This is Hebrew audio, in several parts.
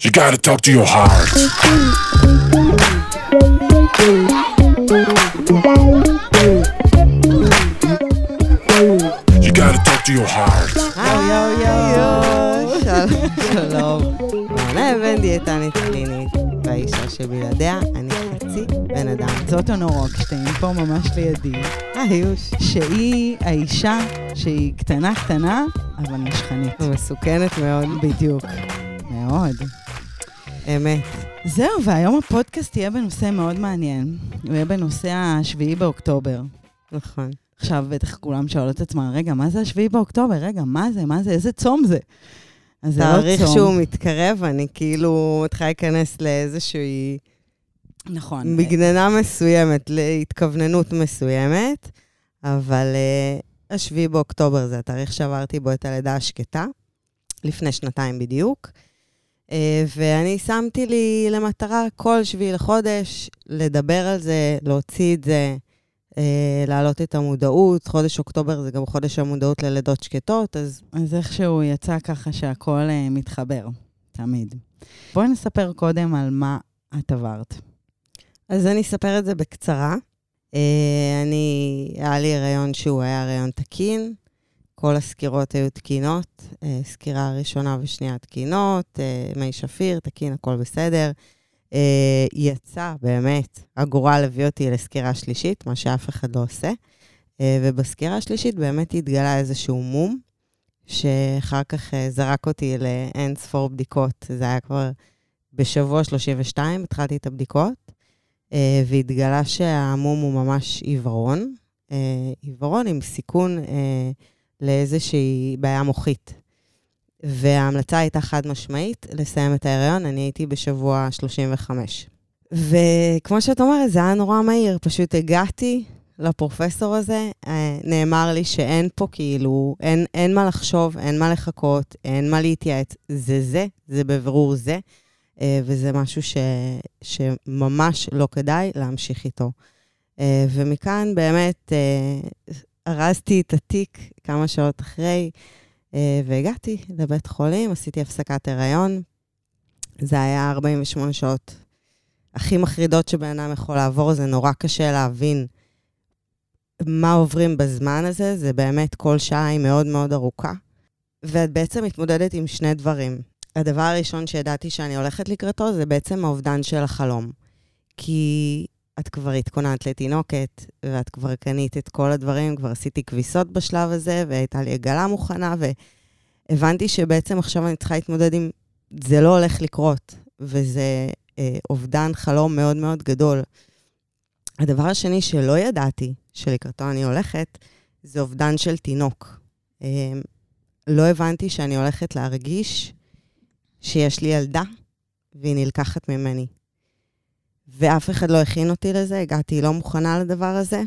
You gotta talk to your heart. You gotta talk to your heart. שלום. אני אבן דיאטנית קלינית, והאישה שבלעדיה אני חצי בן אדם. זאת אונורוקשטיין, פה ממש לידי. היוש. שהיא האישה שהיא קטנה, אבל נשכנית. מסוכנת מאוד. בדיוק. מאוד. אמת. זהו, והיום הפודקאסט יהיה בנושא מאוד מעניין. הוא יהיה בנושא ה7 באוקטובר. נכון. עכשיו בטח כולם שואלות את עצמם, רגע, מה זה ה7 באוקטובר? רגע, מה זה? איזה צום זה? אז זה לא צום. תאריך שהוא מתקרב, אני כאילו מתחילה להיכנס לאיזושהי... נכון. מגננה מסוימת, להתכווננות מסוימת, אבל ה7 באוקטובר זה התאריך שעברתי בו את הלידה השקטה, לפני 2 בדיוק, ואני שמתי לי למטרה כל 7 לחודש, לדבר על זה, להוציא את זה, להעלות את המודעות. חודש אוקטובר זה גם חודש המודעות ללידות שקטות, אז איכשהו יצא ככה שהכל מתחבר, תמיד. בואי נספר קודם על מה את עברת. אז אני אספר את זה בקצרה. היה לי הריון שהוא היה הריון תקין, כל הסקירות היו תקינות, סקירה הראשונה ושנייה תקינות, מי שפיר, תקין, הכל בסדר. יצא באמת, הגורל הביא אותי לסקירה שלישית, מה שאף אחד לא עושה, ובסקירה השלישית באמת התגלה איזשהו מום, שאחר כך זרק אותי לאין ספור בדיקות. זה היה כבר בשבוע 32, התחלתי את הבדיקות, והתגלה שהמום הוא ממש עיוורון, עיוורון עם סיכון לאיזושהי בעיה מוחית. וההמלצה הייתה חד משמעית לסיים את ההיריון, אני הייתי בשבוע 35. וכמו שאת אומרת, זה היה נורא מהיר, פשוט הגעתי לפרופסור הזה, נאמר לי שאין פה כאילו, אין מה לחשוב, אין מה לחכות, אין מה להתייעץ, זה בברור זה, וזה משהו שממש לא כדאי להמשיך איתו. ומכאן באמת הרזתי את התיק כמה שעות אחרי, והגעתי לבית חולים, עשיתי הפסקת הריון. זה היה 48 שעות הכי מחרידות שבן אדם יכול לעבור, זה נורא קשה להבין מה עוברים בזמן הזה, זה באמת כל שעה היא מאוד מאוד ארוכה. ואת בעצם מתמודדת עם שני דברים. הדבר הראשון שידעתי שאני הולכת לקראתו, זה בעצם האובדן של החלום. כי את כבר התכוננת לתינוקת, ואת כבר קנית את כל הדברים, כבר עשיתי כביסות בשלב הזה, והייתה לי עגלה מוכנה, והבנתי שבעצם עכשיו אני צריכה להתמודד עם, זה לא הולך לקרות, וזה אובדן חלום מאוד מאוד גדול. הדבר השני שלא ידעתי, שלקראתו אני הולכת, זה אובדן של תינוק. לא הבנתי שאני הולכת להרגיש שיש לי ילדה, והיא נלקחת ממני. ואף אחד לא הכין אותי לזה, הגעתי לא מוכנה לדבר הזה.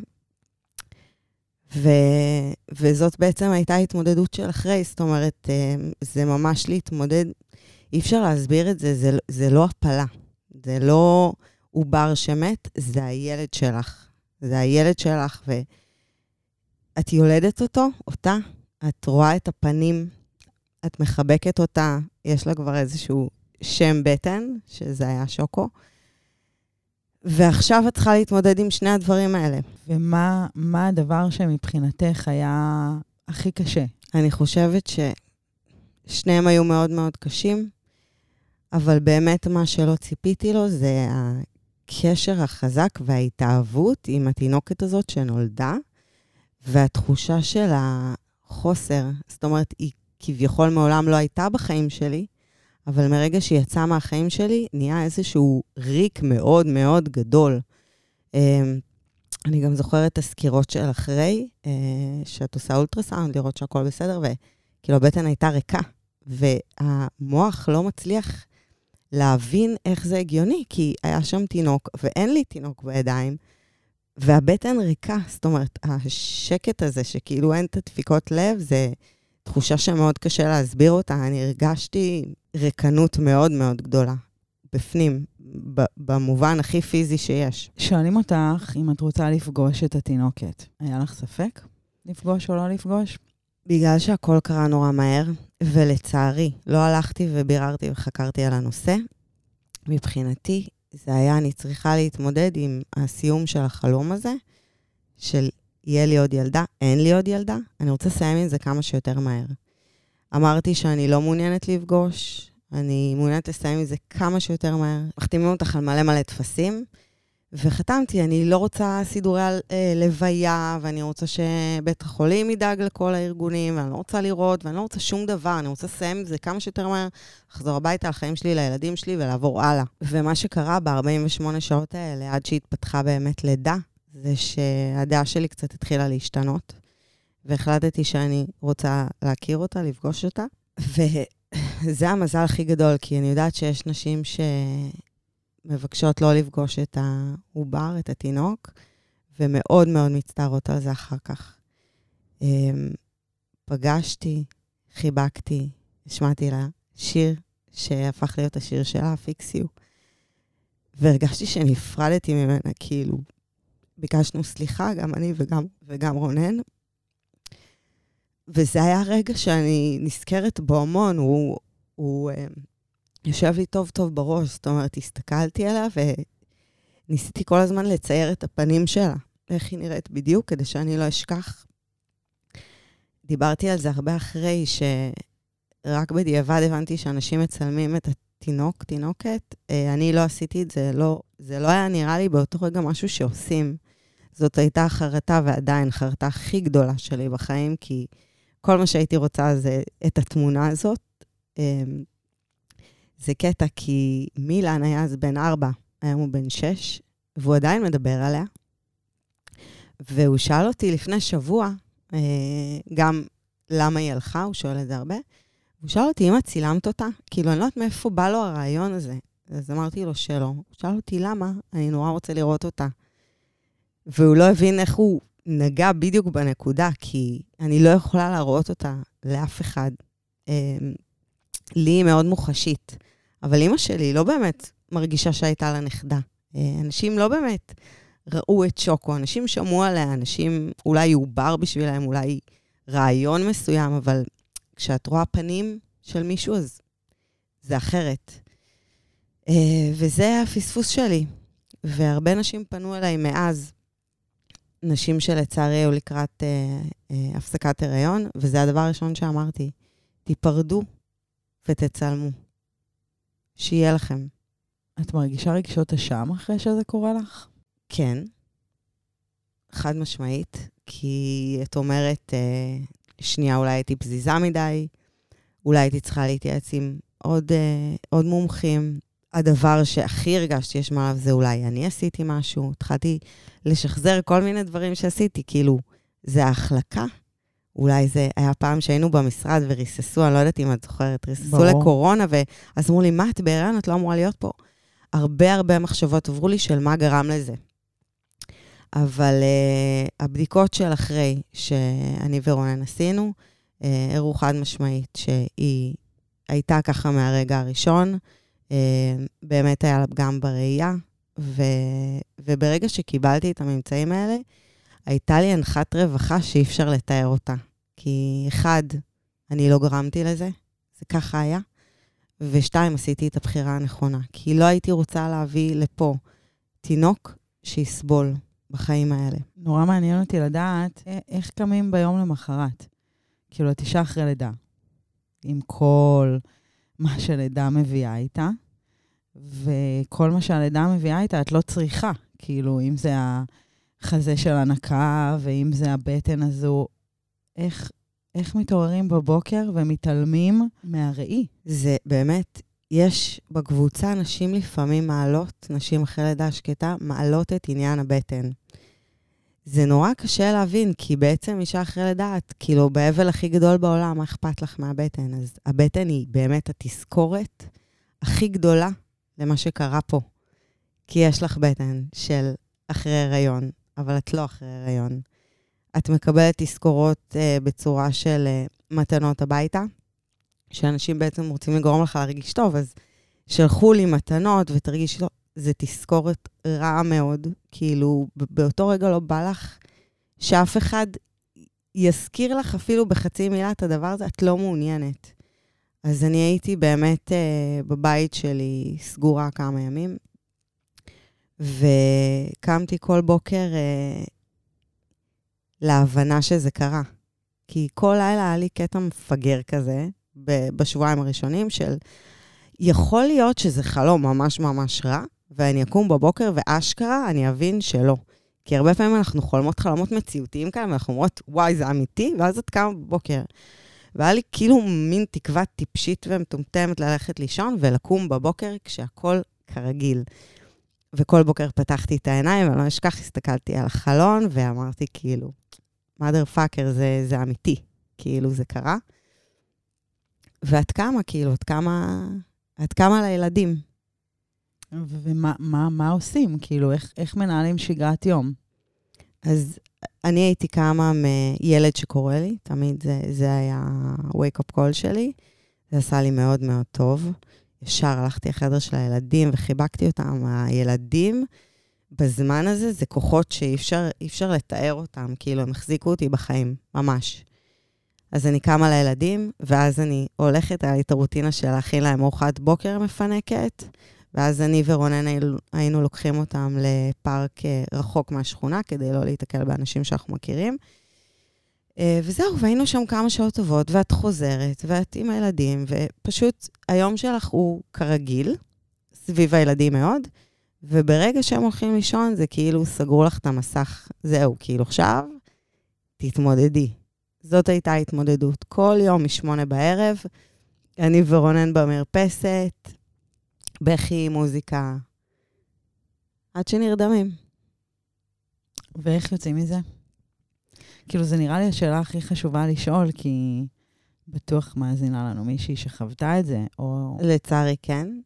וזאת בעצם הייתה התמודדות של אחרי, זאת אומרת, זה ממש להתמודד, אי אפשר להסביר את זה, זה לא הפלה, זה לא עובר שמת, זה הילד שלך. זה הילד שלך, ואת יולדת אותה, את רואה את הפנים, את מחבקת אותה, יש לה כבר איזשהו שם בטן, שזה היה שוקו, ועכשיו את צריכה להתמודד עם שני הדברים האלה. ומה הדבר שמבחינתך היה הכי קשה? אני חושבת ששניהם היו מאוד מאוד קשים, אבל באמת מה שלא ציפיתי לו זה הקשר החזק וההתאהבות עם התינוקת הזאת שנולדה, והתחושה של החוסר, זאת אומרת, היא כביכול מעולם לא הייתה בחיים שלי, אבל מרגע שהיא יצאה מהחיים שלי, נהיה איזשהו ריק מאוד מאוד גדול. אני גם זוכרת את הסקירות של אחרי, שאת עושה אולטרסאונד, לראות שהכל בסדר, וכאילו הבטן הייתה ריקה, והמוח לא מצליח להבין איך זה הגיוני, כי היה שם תינוק, ואין לי תינוק בידיים, והבטן ריקה, זאת אומרת, השקט הזה, שכאילו אין את הדפיקות לב, זה תחושה שמאוד קשה להסביר אותה. אני הרגשתי ריקנות מאוד מאוד גדולה, בפנים, במובן הכי פיזי שיש. שואלים אותך אם את רוצה לפגוש את התינוקת. היה לך ספק לפגוש או לא לפגוש? בגלל שהכל קרה נורא מהר, ולצערי, לא הלכתי וביררתי וחקרתי על הנושא, מבחינתי, זה היה, אני צריכה להתמודד עם הסיום של החלום הזה, של יהיה לי עוד ילדה, אין לי עוד ילדה, אני רוצה לסיים עם זה כמה שיותר מהר. אמרתי שאני לא מעוניינת לפגוש, אני מעוניינת לסיים עם זה כמה שיותר מהר. מחתימים אותך על מלא תפסים, וחתמתי, אני לא רוצה סידורי לוויה, ואני רוצה שבית החולים ידאג לכל הארגונים, ואני לא רוצה לראות, ואני לא רוצה שום דבר, אני רוצה לסיים עם זה כמה שיותר מהר, לחזור הביתה לחיים שלי, לילדים שלי, ולעבור הלאה. ומה שקרה ב-48 שעות האלה, עד שהתפתחה באמת לידה, זה שהדעה שלי קצת התחילה להשתנות, והחלטתי שאני רוצה להכיר אותה, לפגוש אותה, וזה המזל הכי גדול, כי אני יודעת שיש נשים מבקשות לא לפגוש את העובר, את התינוק, ומאוד מאוד מצטערות על זה אחר כך. פגשתי, חיבקתי, השמעתי לה שיר שהפך להיות השיר שלה, Fix You, והרגשתי שנפרדתי ממנה, כאילו, ביקשנו סליחה, גם אני וגם רונן, וזה היה רגע שאני נזכרת בו המון, הוא יושב לי טוב טוב בראש, זאת אומרת, הסתכלתי עליה וניסיתי כל הזמן לצייר את הפנים שלה, איך היא נראית בדיוק, כדי שאני לא אשכח. דיברתי על זה הרבה אחרי שרק בדיעבד הבנתי שאנשים מצלמים את התינוק, תינוקת. אני לא עשיתי את זה, זה לא היה נראה לי באותו רגע משהו שעושים. זאת הייתה החרטה ועדיין חרטה הכי גדולה שלי בחיים, כי כל מה שהייתי רוצה זה את התמונה הזאת. זה קטע, כי מילן היה אז בן 4, היום הוא בן 6, והוא עדיין מדבר עליה. והוא שאל אותי לפני שבוע, גם למה היא הלכה, הוא שואל את זה הרבה. הוא שאל אותי, אם את צילמת אותה? כאילו, אני לא יודעת מאיפה בא לו הרעיון הזה. אז אמרתי לו שלא. הוא שאל אותי, למה? אני נורא רוצה לראות אותה. והוא לא הבין איך הוא נגע בדיוק בנקודה, כי אני לא יכולה להראות אותה לאף אחד. לי היא מאוד מוחשית. אבל אמא שלי לא באמת מרגישה שהייתה לה נכדה. אנשים לא באמת ראו את שוקו, אנשים שמעו עליה, אנשים אולי עובר בשבילהם, אולי רעיון מסוים, אבל כשאת רואה פנים של מישהו, אז זה אחרת. וזה הפספוס שלי. והרבה נשים פנו אליי מאז, נשים שלצערי היו לקראת הפסקת הריון, וזה הדבר הראשון שאמרתי, תיפרדו ותצלמו. שיהיה לכם. את מרגישה רגשות אשם אחרי שזה קורה לך? כן, חד משמעית, כי את אומרת, שנייה, אולי הייתי פזיזה מדי, אולי הייתי צריכה להתייעץ עם עוד מומחים. הדבר שהכי הרגשתי יש מעליו זה אולי אני עשיתי משהו, התחלתי לשחזר כל מיני דברים שעשיתי, כאילו, זה ההחלקה. אולי זה היה פעם שהיינו במשרד וריססו, אני לא יודעת אם את זוכרת, ריססו לקורונה, ואז אמרו לי, מה, את בהיריון? את לא אמורה להיות פה. הרבה מחשבות עברו לי של מה גרם לזה. אבל הבדיקות של אחרי שאני ורונן עשינו, הראו חד משמעית שהיא הייתה ככה מהרגע הראשון, באמת היה לה פגם בראייה, וברגע שקיבלתי את הממצאים האלה, הייתה לי הנחת רווחה שאי אפשר לתאר אותה. כי אחד, אני לא גרמתי לזה, זה ככה היה, ושתיים, עשיתי את הבחירה הנכונה. כי לא הייתי רוצה להביא לפה תינוק שיסבול בחיים האלה. נורא מעניין אותי לדעת איך קמים ביום למחרת. כאילו, את אישה אחרי לידה, עם כל מה שלידה מביאה איתה, וכל מה שהלידה מביאה איתה, את לא צריכה. כאילו, אם זה החזה של הנקה, ואם זה הבטן הזו, איך מתעוררים בבוקר ומתעלמים מהראי? זה באמת, יש בקבוצה נשים לפעמים מעלות, נשים אחרי לידה שקטה, מעלות את עניין הבטן. זה נורא קשה להבין, כי בעצם אישה אחרי לידה, את כאילו באבל הכי גדול בעולם, מה אכפת לך מהבטן? אז הבטן היא באמת התזכורת הכי גדולה למה שקרה פה. כי יש לך בטן של אחרי הריון, אבל את לא אחרי הריון. את מקבלת תזכורות בצורה של מתנות הביתה, שאנשים בעצם רוצים לגרום לך להרגיש טוב, אז שלחו לי מתנות ותרגיש טוב. זה תזכורת רעה מאוד, כאילו באותו רגע לא בא לך שאף אחד יזכיר לך אפילו בחצי מילה את הדבר הזה, את לא מעוניינת. אז אני הייתי באמת בבית שלי סגורה כמה ימים, וקמתי כל בוקר להבנה שזה קרה. כי כל לילה היה לי קטע מפגר כזה, בשבועיים הראשונים של, יכול להיות שזה חלום ממש ממש רע, ואני אקום בבוקר ואשכרה אני אבין שלא. כי הרבה פעמים אנחנו חולמות חלומות מציאותיים כאלה, ואנחנו אומרות, וואי, זה אמיתי, ואז את קמה בבוקר. והיה לי כאילו מין תקווה טיפשית ומטומטמת ללכת לישון, ולקום בבוקר כשהכל כרגיל. וכל בוקר פתחתי את העיניים, ואני לא אשכח, הסתכלתי על החלון, ואמרתי כאילו, mother fucker, זה אמיתי. כאילו, זה קרה. ואת כמה, כאילו, את כמה לילדים. ומה עושים? כאילו, איך מנהלים שגרת יום? אז אני הייתי כמה מילד שקורא לי, תמיד זה היה wake-up call שלי. זה עשה לי מאוד מאוד טוב. ישר הלכתי לחדר של הילדים וחיבקתי אותם. הילדים, בזמן הזה, זה כוחות שאי אפשר לתאר אותם, כאילו, הם החזיקו אותי בחיים, ממש. אז אני קמה לילדים, ואז אני הולכת על את הרוטינה של להכין להם ארוחת בוקר מפנקת, ואז אני ורונן היינו לוקחים אותם לפארק רחוק מהשכונה, כדי לא להתקל באנשים שאנחנו מכירים. וזהו, והיינו שם כמה שעות טובות, ואת חוזרת, ואת עם הילדים, ופשוט היום שלך הוא כרגיל, סביב הילדים מאוד, וברגע שהם הולכים לישון, זה כאילו סגרו לך את המסך. זהו, כאילו עכשיו, תתמודדי. זאת הייתה התמודדות. כל יום מ8 בערב, אני ורונן במרפסת, בכי, מוזיקה, עד שנרדמים. ואיך יוצאים מזה? כאילו, זה נראה לי השאלה הכי חשובה לשאול, כי בטוח מאזינה לנו מישהי שחוותה את זה, או... לצערי כן,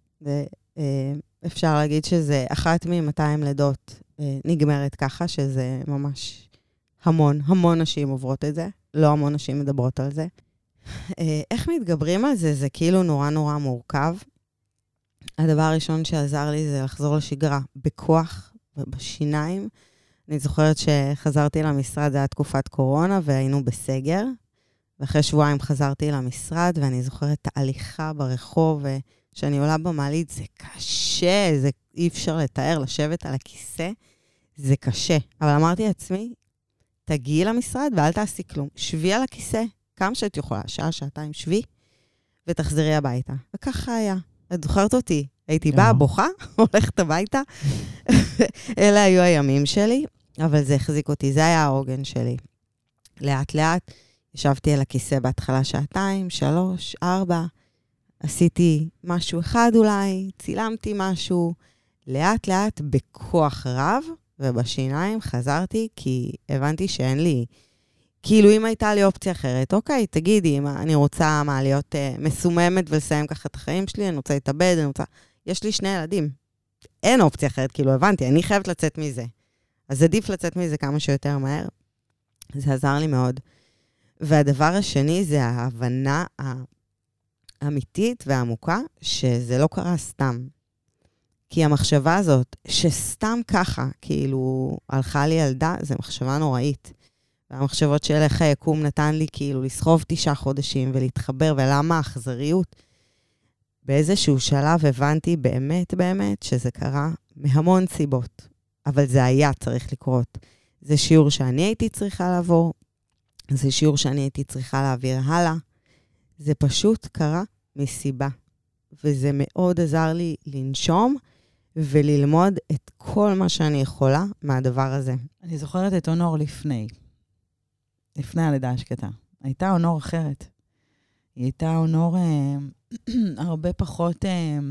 ואפשר להגיד שזה אחת מ-200 לידות נגמרת ככה, שזה ממש המון נשים עוברות את זה, לא המון נשים מדברות על זה. איך מתגברים על זה? זה כאילו נורא מורכב. הדבר הראשון שעזר לי זה לחזור לשגרה, בכוח ובשיניים. אני זוכרת שחזרתי למשרד, זה היה תקופת קורונה, והיינו בסגר, ואחרי שבועיים חזרתי למשרד, ואני זוכרת את ההליכה ברחוב, שאני עולה במעלית, זה קשה, זה אי אפשר לתאר, לשבת על הכיסא, זה קשה. אבל אמרתי לעצמי, תגיעי למשרד ואל תעשי כלום. שבי על הכיסא, כמה שאת יכולה, שעה, שעתיים, שבי, ותחזרי הביתה. וככה היה. את זוכרת אותי, הייתי באה, בוכה, הולכת הביתה. אלה היו הימים שלי, אבל זה החזיק אותי, זה היה העוגן שלי. לאט לאט, ישבתי על הכיסא בהתחלה 2, 3, 4, עשיתי משהו אחד אולי, צילמתי משהו, לאט לאט בכוח רב, ובשיניים חזרתי, כי הבנתי שאין לי, כאילו אם הייתה לי אופציה אחרת, אוקיי, תגידי, אני רוצה להיות מסוממת ולסיים ככה את החיים שלי, אני רוצה להתאבד, יש לי 2 ילדים. אין אופציה אחרת, כאילו הבנתי, אני חייבת לצאת מזה. אז עדיף לצאת מזה כמה שיותר מהר. זה עזר לי מאוד. והדבר השני זה ההבנה האמיתית והעמוקה, שזה לא קרה סתם. כי המחשבה הזאת, שסתם ככה, כאילו, הלכה לי ילדה, זה מחשבה נוראית. והמחשבות של איך היקום נתן לי, כאילו, לסחוב 9 חודשים ולהתחבר, ולמה האכזריות. באיזשהו שלב הבנתי באמת שזה קרה מהמון סיבות. אבל זה היה צריך לקרות. זה שיעור שאני הייתי צריכה לעבור, זה שיעור שאני הייתי צריכה להעביר הלאה. זה פשוט קרה מסיבה. וזה מאוד עזר לי לנשום וללמוד את כל מה שאני יכולה מהדבר הזה. אני זוכרת את אונור לפני הלידה השקטה. הייתה אונור אחרת. היא הייתה אונור הרבה פחות,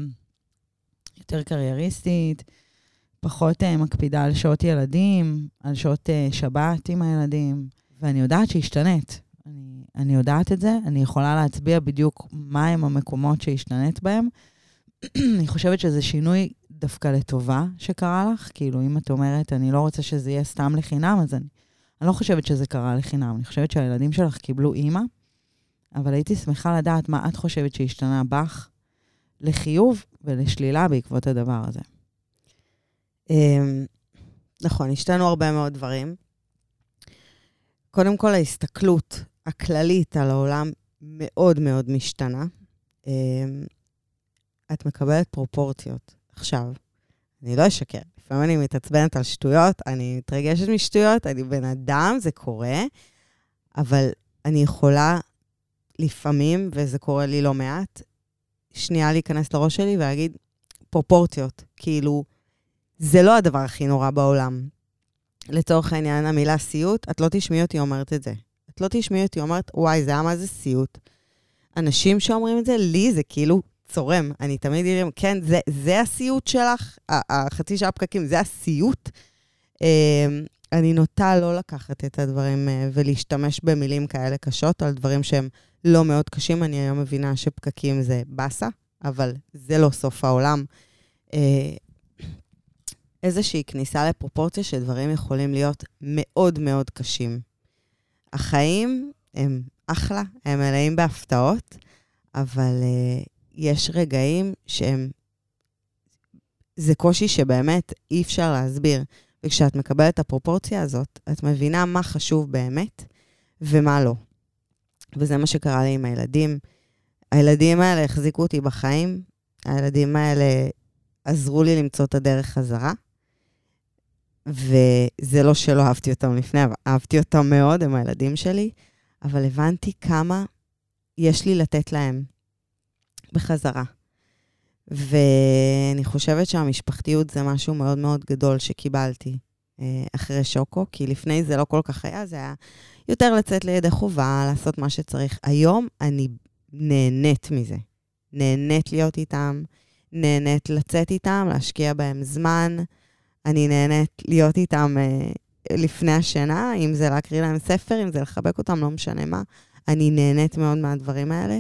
יותר קרייריסטית, פחות מקפידה על שעות ילדים, על שעות שבת עם הילדים, ואני יודעת שהשתנית. אני יודעת את זה, אני יכולה להצביע בדיוק מהם המקומות שהשתנית בהם. אני חושבת שזה שינוי דווקא לטובה שקרה לך, כאילו אם את אומרת, אני לא רוצה שזה יהיה סתם לחינם, אז אני לא חושבת שזה קרה לחינם, אני חושבת שהילדים שלך קיבלו אימא, אבל הייתי שמחה לדעת מה את חושבת שהשתנה בך לחיוב ולשלילה בעקבות הדבר הזה. נכון, השתנו הרבה מאוד דברים. קודם כל, ההסתכלות הכללית על העולם מאוד מאוד משתנה. את מקבלת פרופורציות. עכשיו, אני לא אשקר. לפעמים אני מתעצבנת על שטויות, אני מתרגשת משטויות, אני בן אדם, זה קורה, אבל אני יכולה לפעמים, וזה קורה לי לא מעט, שנייה להיכנס לראש שלי ולהגיד, פרופורציות. כאילו, זה לא הדבר הכי נורא בעולם. לצורך העניין, המילה סיוט, את לא תשמעי אותי אומרת את זה. את לא תשמעי אותי אומרת, וואי, זה היה מה זה סיוט. אנשים שאומרים את זה, לי זה כאילו צורם. אני תמיד אראים, כן, זה הסיוט שלך, החצי שעה פקקים, זה הסיוט. אני נוטה לא לקחת את הדברים ולהשתמש במילים כאלה קשות, על דברים שהם לא מאוד קשים. אני היום מבינה שפקקים זה בסה, אבל זה לא סוף העולם. איזושהי כניסה לפרופורציה שדברים יכולים להיות מאוד מאוד קשים. החיים הם אחלה, הם מלאים בהפתעות, אבל יש רגעים שהם, זה קושי שבאמת אי אפשר להסביר. וכשאת מקבלת את הפרופורציה הזאת, את מבינה מה חשוב באמת ומה לא. וזה מה שקרה לי עם הילדים. הילדים האלה החזיקו אותי בחיים, הילדים האלה עזרו לי למצוא את הדרך חזרה, וזה לא שלא אהבתי אותם לפני, אבל אהבתי אותם מאוד, הם הילדים שלי, אבל הבנתי כמה יש לי לתת להם בחזרה. ואני חושבת שהמשפחתיות זה משהו מאוד מאוד גדול שקיבלתי אחרי שוקו, כי לפני זה לא כל כך היה, זה היה יותר לצאת לידי חובה, לעשות מה שצריך. היום אני נהנית מזה. נהנית להיות איתם, נהנית לצאת איתם, להשקיע בהם זמן, אני נהנית להיות איתם לפני השינה, אם זה להקריא להם ספר, אם זה לחבק אותם, לא משנה מה. אני נהנית מאוד מהדברים האלה.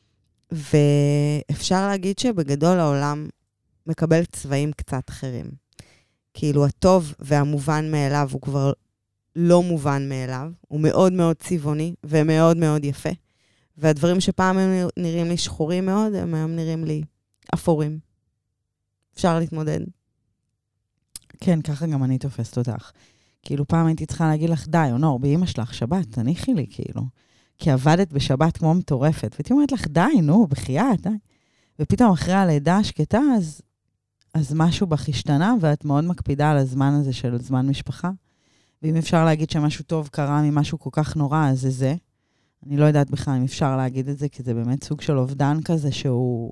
ואפשר להגיד שבגדול העולם מקבל צבעים קצת אחרים. כאילו הטוב והמובן מאליו הוא כבר לא מובן מאליו, הוא מאוד מאוד צבעוני ומאוד מאוד יפה. והדברים שפעם הם נראים לי שחורים מאוד, הם היום נראים לי אפורים. אפשר להתמודד. כן, ככה גם אני תופסת אותך. כאילו פעם הייתי צריכה להגיד לך, די, אונור, באמא שלך, שבת, תניחי לי, כאילו. כי עבדת בשבת כמו מטורפת, והייתי אומרת לך, די, נו, בחייאת, די. ופתאום אחרי הלידה השקטה, אז משהו בך השתנה, ואת מאוד מקפידה על הזמן הזה של זמן משפחה. ואם אפשר להגיד שמשהו טוב קרה ממשהו כל כך נורא, אז זה. אני לא יודעת בכלל אם אפשר להגיד את זה, כי זה באמת סוג של אובדן כזה שהוא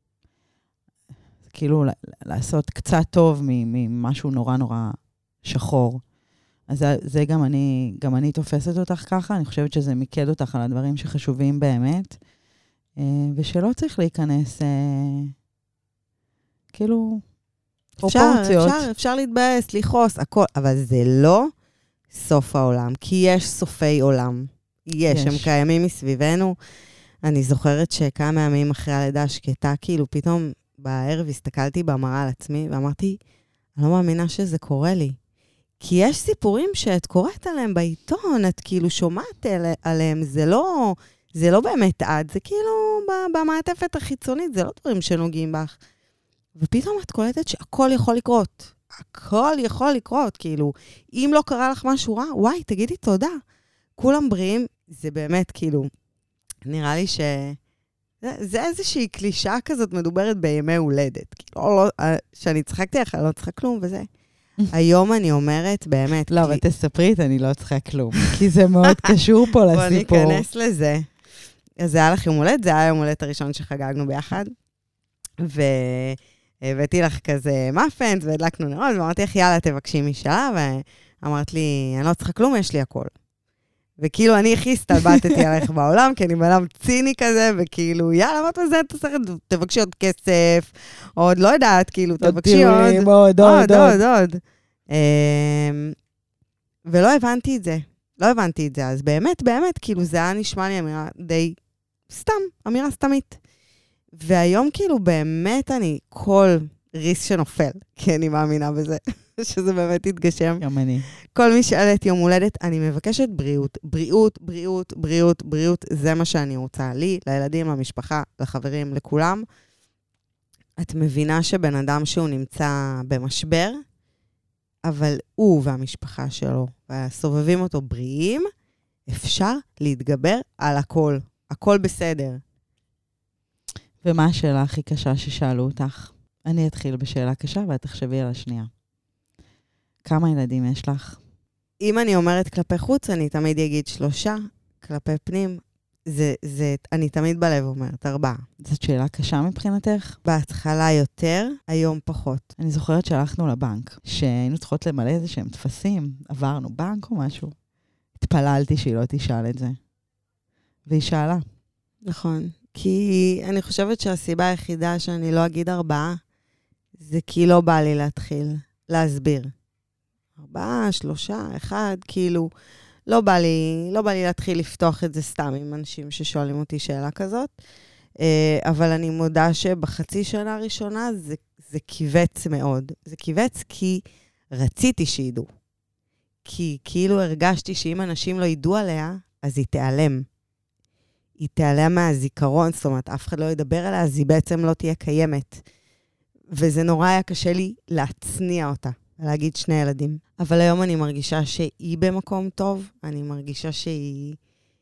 כאילו לעשות קצת טוב ממשהו נורא נורא שחור. אז זה גם אני תופסת אותך ככה, אני חושבת שזה מיקד אותך על הדברים שחשובים באמת, ושלא צריך להיכנס, כאילו, פרופורציות. אפשר להתבאס, לכעוס, הכל, אבל זה לא סוף העולם, כי יש סופי עולם. יש, הם קיימים מסביבנו. אני זוכרת שכמה ימים אחרי הלידה השקטה, כאילו פתאום בערב הסתכלתי במראה על עצמי, ואמרתי, אני לא מאמינה שזה קורה לי. כי יש סיפורים שאת קוראת עליהם בעיתון, את כאילו שומעת עליהם, זה לא באמת את, זה כאילו במעטפת החיצונית, זה לא דברים שנוגעים בך. ופתאום את קולטת שהכל יכול לקרות. הכל יכול לקרות, כאילו, אם לא קרה לך משהו רע, וואי, תגידי תודה. כולם בריאים, זה באמת, כאילו, נראה לי זה איזושהי קלישה כזאת מדוברת בימי הולדת. כאילו, שאני צחקתי לך, לא צחק כלום וזה. היום אני אומרת, באמת... לא, אבל תספרית, אני לא צריכה כלום. כי זה מאוד קשור פה לסיפור. בוא ניכנס לזה. אז זה היה לך יום הולדת, זה היה יום הולדת הראשון שחגגנו ביחד. והבאתי לך כזה מאפנס, והדלקנו נרות, ואמרתי לך, יאללה, תבקשי משאלה, ואמרת לי, אני לא צריכה כלום, יש לי הכל. וכאילו אני הכי הסתלבטתי עליך בעולם, כי אני בנם ציני כזה, וכאילו, יאללה, מה בזה, תבקשי עוד כסף, עוד לא יודעת, כאילו, תבקשי עוד. עוד. ולא הבנתי את זה. לא הבנתי את זה. אז באמת, כאילו, זה היה נשמע לי אמירה די סתם, אמירה סתמית. והיום, כאילו, באמת אני כל ריס שנופל, כי אני מאמינה בזה. שזה באמת יתגשם. גם אני. כל מי שאלה את יום הולדת, אני מבקשת בריאות. בריאות, בריאות, בריאות, בריאות. זה מה שאני רוצה. לי, לילדים, למשפחה, לחברים, לכולם. את מבינה שבן אדם שהוא נמצא במשבר, אבל הוא והמשפחה שלו, והסובבים אותו בריאים, אפשר להתגבר על הכל. הכל בסדר. ומה השאלה הכי קשה ששאלו אותך? אני אתחיל בשאלה קשה, ואת תחשבי על השנייה. כמה ילדים יש לך? אם אני אומרת כלפי חוץ, אני תמיד אגיד 3, כלפי פנים, אני תמיד בלב אומרת 4. זאת שאלה קשה מבחינתך? בהתחלה יותר, היום פחות. אני זוכרת שהלכנו לבנק, שהיינו צריכות למלא איזה שהם תפסים, עברנו בנק או משהו. התפללתי שהיא לא תשאל את זה. והיא שאלה. נכון. כי אני חושבת שהסיבה היחידה שאני לא אגיד 4, זה כי לא בא לי להתחיל להסביר. 4, 3, 1, כאילו, לא בא לי להתחיל לפתוח את זה סתם עם אנשים ששואלים אותי שאלה כזאת, אבל אני מודה שבחצי שנה הראשונה זה קיבץ מאוד. זה קיבץ כי רציתי שידעו. כי כאילו הרגשתי שאם אנשים לא ידעו עליה, אז היא תיעלם. היא תיעלם מהזיכרון, זאת אומרת, אף אחד לא ידבר עליה, אז היא בעצם לא תהיה קיימת. וזה נורא היה קשה לי להצניע אותה, להגיד 2 ילדים. אבל היום אני מרגישה שהיא במקום טוב, אני מרגישה שהיא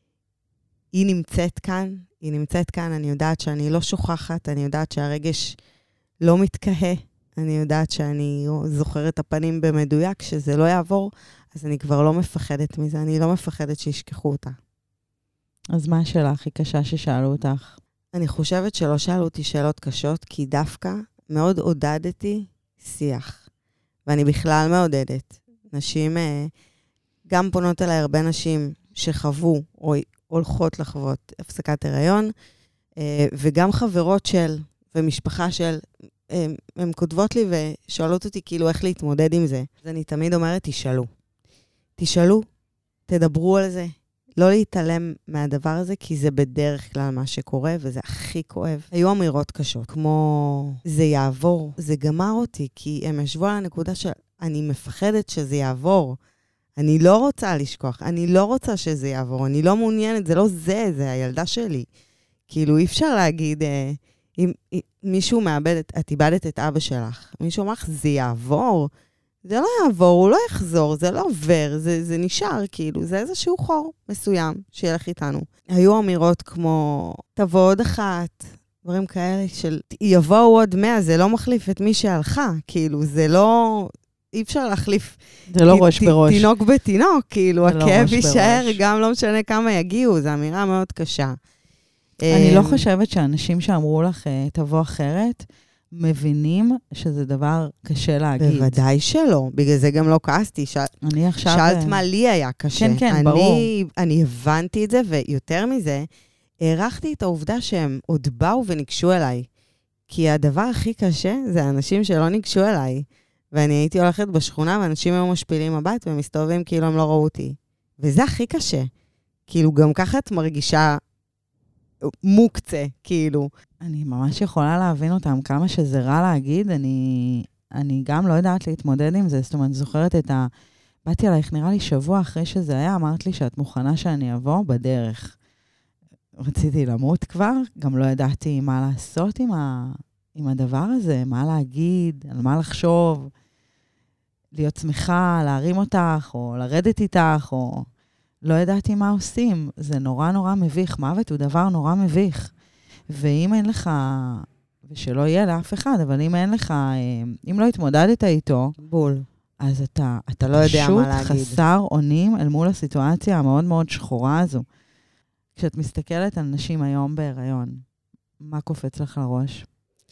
נמצאת כאן, אני יודעת שאני לא שוכחת, אני יודעת שהרגש לא מתקהה, אני יודעת שאני זוכרת את הפנים במדויק, שזה לא יעבור, אז אני כבר לא מפחדת מזה, אני לא מפחדת שישכחו אותה. אז מה השאלה הכי קשה ששאלו אותך? אני חושבת שלא שאלו אותי שאלות קשות, כי דווקא מאוד עודדתי שיח. ואני בכלל מעודדת. נשים, גם פונות אליי הרבה נשים שחוו או הולכות לחוות הפסקת הריון, וגם חברות של ומשפחה של, הן כותבות לי ושואלות אותי כאילו איך להתמודד עם זה. אז אני תמיד אומרת, תשאלו, תדברו על זה. לא להתעלם מהדבר הזה, כי זה בדרך כלל מה שקורה, וזה הכי כואב. היו אמירות קשות, כמו זה יעבור, זה גמר אותי, כי הם ישבו על הנקודה שאני מפחדת שזה יעבור. אני לא רוצה לשכוח, אני לא רוצה שזה יעבור, אני לא מעוניינת, זה לא זה הילדה שלי. כאילו אי אפשר להגיד, אם מישהו מאבד, את איבדת את אבא שלך, מישהו אמר, זה יעבור, זה לא יעבור, הוא לא יחזור, זה לא עובר, זה נשאר, כאילו, זה איזשהו חור מסוים שילך איתנו. היו אמירות כמו, תבוא עוד אחת, דברים כאלה של, יבואו עוד 100, זה לא מחליף את מי שהלכה, כאילו, זה לא, אי אפשר להחליף. זה לא ראש בראש. תינוק בתינוק, כאילו, הכאב יישאר, גם לא משנה כמה יגיעו, זו אמירה מאוד קשה. אני לא חושבת שאנשים שאמרו לך, תבוא אחרת, מבינים שזה דבר קשה להגיד. בוודאי שלא, בגלל זה גם לא כעסתי. שאלת מה לי היה קשה. כן, ברור. אני הבנתי את זה, ויותר מזה, הערכתי את העובדה שהם עוד באו וניגשו אליי. כי הדבר הכי קשה זה האנשים שלא ניגשו אליי. ואני הייתי הולכת בשכונה, ואנשים היו משפילים מבט, ומסתובבים כאילו הם לא ראו אותי. וזה הכי קשה. כאילו, גם ככה את מרגישה מוקצה, כאילו. אני ממש יכולה להבין אותם, כמה שזה רע להגיד, אני גם לא יודעת להתמודד עם זה, זאת אומרת, זוכרת באתי עלייך, נראה לי שבוע אחרי שזה היה, אמרת לי שאת מוכנה שאני אבוא בדרך. רציתי למות כבר, גם לא ידעתי מה לעשות עם הדבר הזה, מה להגיד, על מה לחשוב, להיות שמחה, להרים אותך, או לרדת איתך, או לא ידעתי מה עושים. זה נורא נורא מביך, מוות הוא דבר נורא מביך. ואם אין לך, ושלא יהיה לאף אחד, אבל אם אין לך, אם לא התמודדת איתו, בול. אז אתה לא יודע מה להגיד. פשוט חסר אונים אל מול הסיטואציה המאוד מאוד שחורה הזו. כשאת מסתכלת על נשים היום בהיריון, מה קופץ לך לראש?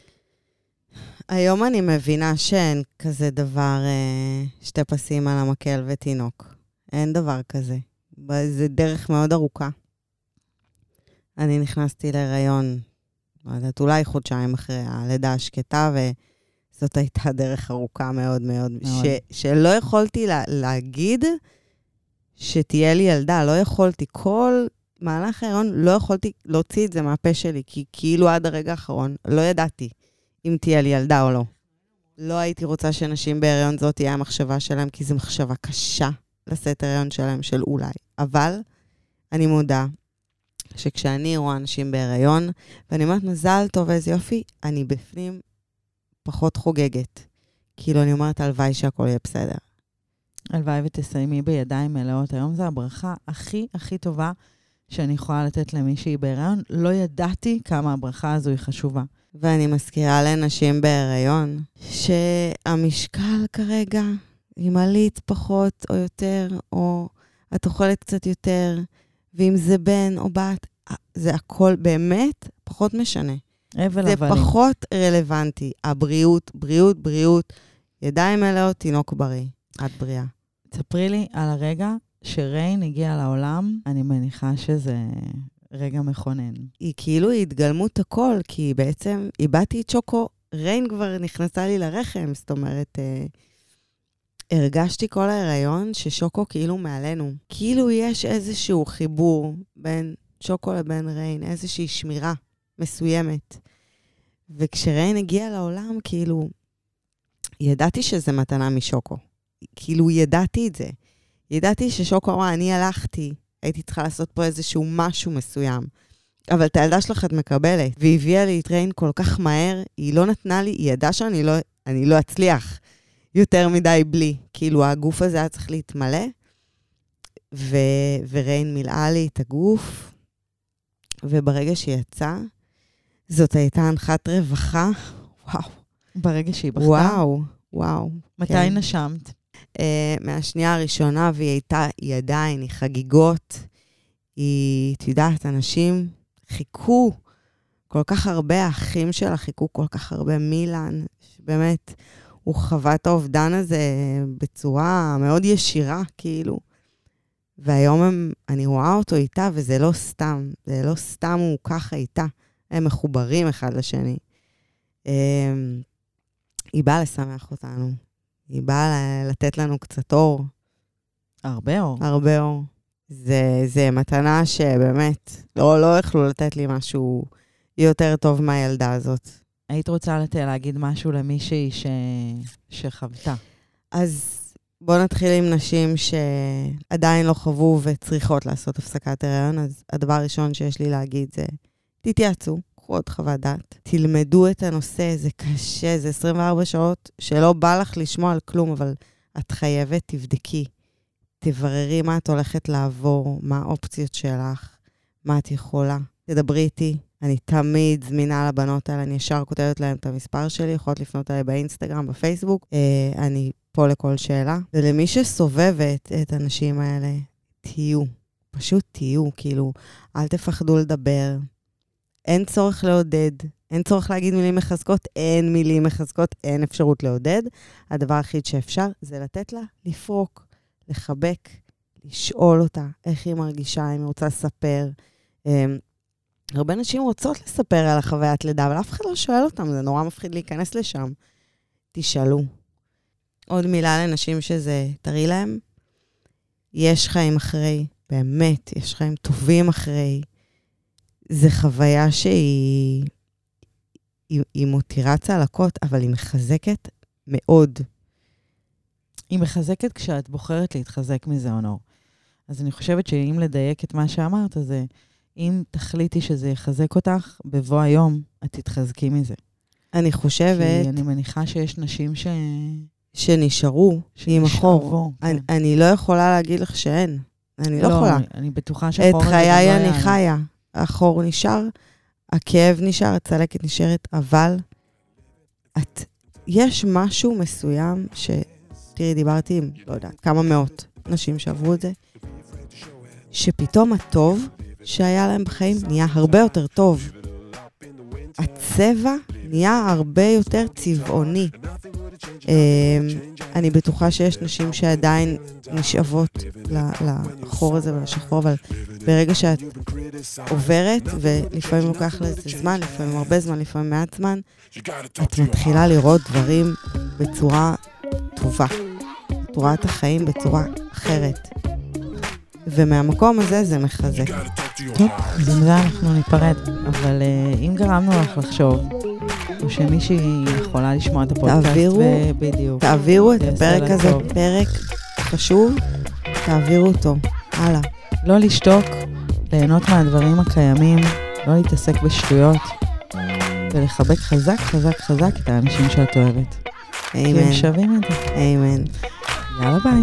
היום אני מבינה שאין כזה דבר, 2 פסים על המקל ותינוק. אין דבר כזה. זה דרך מאוד ארוכה. אני נכנסתי להיריון, לא יודעת, אולי חודשיים אחרי הלידה השקטה, וזאת הייתה דרך ארוכה מאוד מאוד. שלא יכולתי להגיד שתהיה לי ילדה, לא יכולתי. כל מהלך ההיריון לא יכולתי להוציא את זה מהפה שלי, כי כאילו עד הרגע האחרון לא ידעתי אם תהיה לי ילדה או לא. לא הייתי רוצה שנשים בהיריון זאת תהיה המחשבה שלהם, כי זו מחשבה קשה לשאת הריון שלהם של אולי. אבל אני מודה שכשאני רואה אנשים בהיריון, ואני אומרת מזל טוב איזה יופי, אני בפנים פחות חוגגת. כאילו אני אומרת הלוואי שהכל יהיה בסדר. הלוואי ותסיימי בידיים מלאות. היום זו הברכה הכי הכי טובה שאני יכולה לתת למישהי בהיריון. לא ידעתי כמה הברכה הזו היא חשובה. ואני מזכירה לנשים בהיריון, שהמשקל כרגע, אם עלית פחות או יותר, או את אוכלת קצת יותר, ואם זה בן או בת, זה הכל באמת פחות משנה. זה פחות רלוונטי. הבריאות, בריאות, בריאות, ידיים מלאות, תינוק בריא. את בריאה. תספרי לי על הרגע שריין הגיע לעולם, אני מניחה שזה רגע מכונן. היא כאילו התגלמות הכל, כי בעצם איבדתי את שוקו, ריין כבר נכנסה לי לרחם, זאת אומרת, הרגשתי כל ההיריון ששוקו כאילו מעלינו. כאילו יש איזשהו חיבור בין שוקו לבין ריין, איזושהי שמירה מסוימת. וכשריין הגיע לעולם, כאילו, ידעתי שזה מתנה משוקו. כאילו, ידעתי את זה. ידעתי ששוקו אמרה, אני הלכתי, הייתי צריכה לעשות פה איזשהו משהו מסוים. אבל את הילדה שלך את מקבלת, והיא הביאה לי את ריין כל כך מהר, היא לא נתנה לי, היא ידעה שאני לא אצליח יותר מדי בלי. כאילו, הגוף הזה היה צריך להתמלא, וריין מילאה לי את הגוף, וברגע שהיא יצאה, זאת הייתה הנחת רווחה. וואו. ברגע שהיא בכתה? וואו. מתי כן. נשמת? מהשנייה הראשונה, היא עדיין, היא חגיגות. את יודעת, אנשים חיכו כל כך הרבה, האחים שלה חיכו כל כך הרבה, מילן, שבאמת הוא חווה את האובדן הזה בצורה מאוד ישירה, כאילו. והיום אני רואה אותו איתה, וזה לא סתם. זה לא סתם, הוא ככה איתה. הם מחוברים אחד לשני. היא באה לשמח אותנו. היא באה לתת לנו קצת אור. הרבה אור. הרבה אור. זה מתנה שבאמת לא יכלו לתת לי משהו יותר טוב מהילדה הזאת. היית רוצה להגיד משהו למישהי שחוותה? אז בואו נתחיל עם נשים שעדיין לא חוו וצריכות לעשות הפסקת הריון. אז הדבר הראשון שיש לי להגיד זה, תתייעצו, קחו עוד חוות דעת. תלמדו את הנושא, זה קשה, זה 24 שעות שלא בא לך לשמוע על כלום, אבל את חייבת, תבדקי. תבררי מה את הולכת לעבור, מה האופציות שלך, מה את יכולה. תדברי איתי, אני תמיד זמינה לבנות האלה, אני ישר כותבת להם את המספר שלי, יכולות לפנות עליי באינסטגרם, בפייסבוק. אני פה לכל שאלה. ולמי שסובבת את הנשים האלה, תהיו, פשוט תהיו, כאילו, אל תפחדו לדבר. אין צורך לעודד, אין צורך להגיד מילים מחזקות, אין מילים מחזקות, אין אפשרות לעודד. הדבר הכי שאפשר זה לתת לה לפרוק, לחבק, לשאול אותה איך היא מרגישה, אם היא רוצה לספר. הרבה נשים רוצות לספר על החוויית לידה, אבל אף אחד לא שואל אותם, זה נורא מפחיד להיכנס לשם. תשאלו. עוד מילה לנשים שזה, תראי להם, יש חיים אחרי, באמת, יש חיים טובים אחרי. זה חוויה שהיא מותירה צלקות, אבל היא מחזקת מאוד. היא מחזקת כשאת בוחרת להתחזק מזה או לא. אז אני חושבת שאם לדייק את מה שאמרת, אז אם תחליטי שזה יחזק אותך, בבוא היום את תתחזקי מזה. אני חושבת... כי אני מניחה שיש נשים שנשארו עם החור. כן. אני לא יכולה להגיד לך שאין. אני לא יכולה. אני בטוחה שהחור... את חיי אני חיה. החור נשאר, הכאב נשאר, הצלקת נשארת, אבל יש משהו מסוים תראי, דיברתי עם, לא יודעת, כמה מאות נשים שעברו את זה, שפתאום הטוב שהיה להם בחיים נהיה הרבה יותר טוב. הצבע נהיה הרבה יותר צבעוני. אני בטוחה שיש נשים שעדיין נשאבות לחור הזה ולשחור, אבל ברגע שאת עוברת, ולפעמים לוקח לזה זמן, לפעמים הרבה זמן, לפעמים מעט זמן, את מתחילה לראות דברים בצורה טובה. את רואה את החיים בצורה אחרת. ומהמקום הזה זה מחזק. טוב, אז עם זה אנחנו ניפרד. אבל אם גרמנו לך לחשוב, או שמישהי יכולה לשמוע את הפודקאסט, ובדיוק. תעבירו את הפרק הזה, פרק חשוב, תעבירו אותו. הלאה. לא לשתוק, ליהנות מהדברים הקיימים, לא להתעסק בשטויות, ולחבק חזק, חזק, חזק את האנשים שאת אוהבת. אמן. כי הם שווים את זה. אמן. יאללה ביי.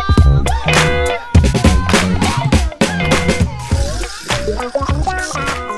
צ'או.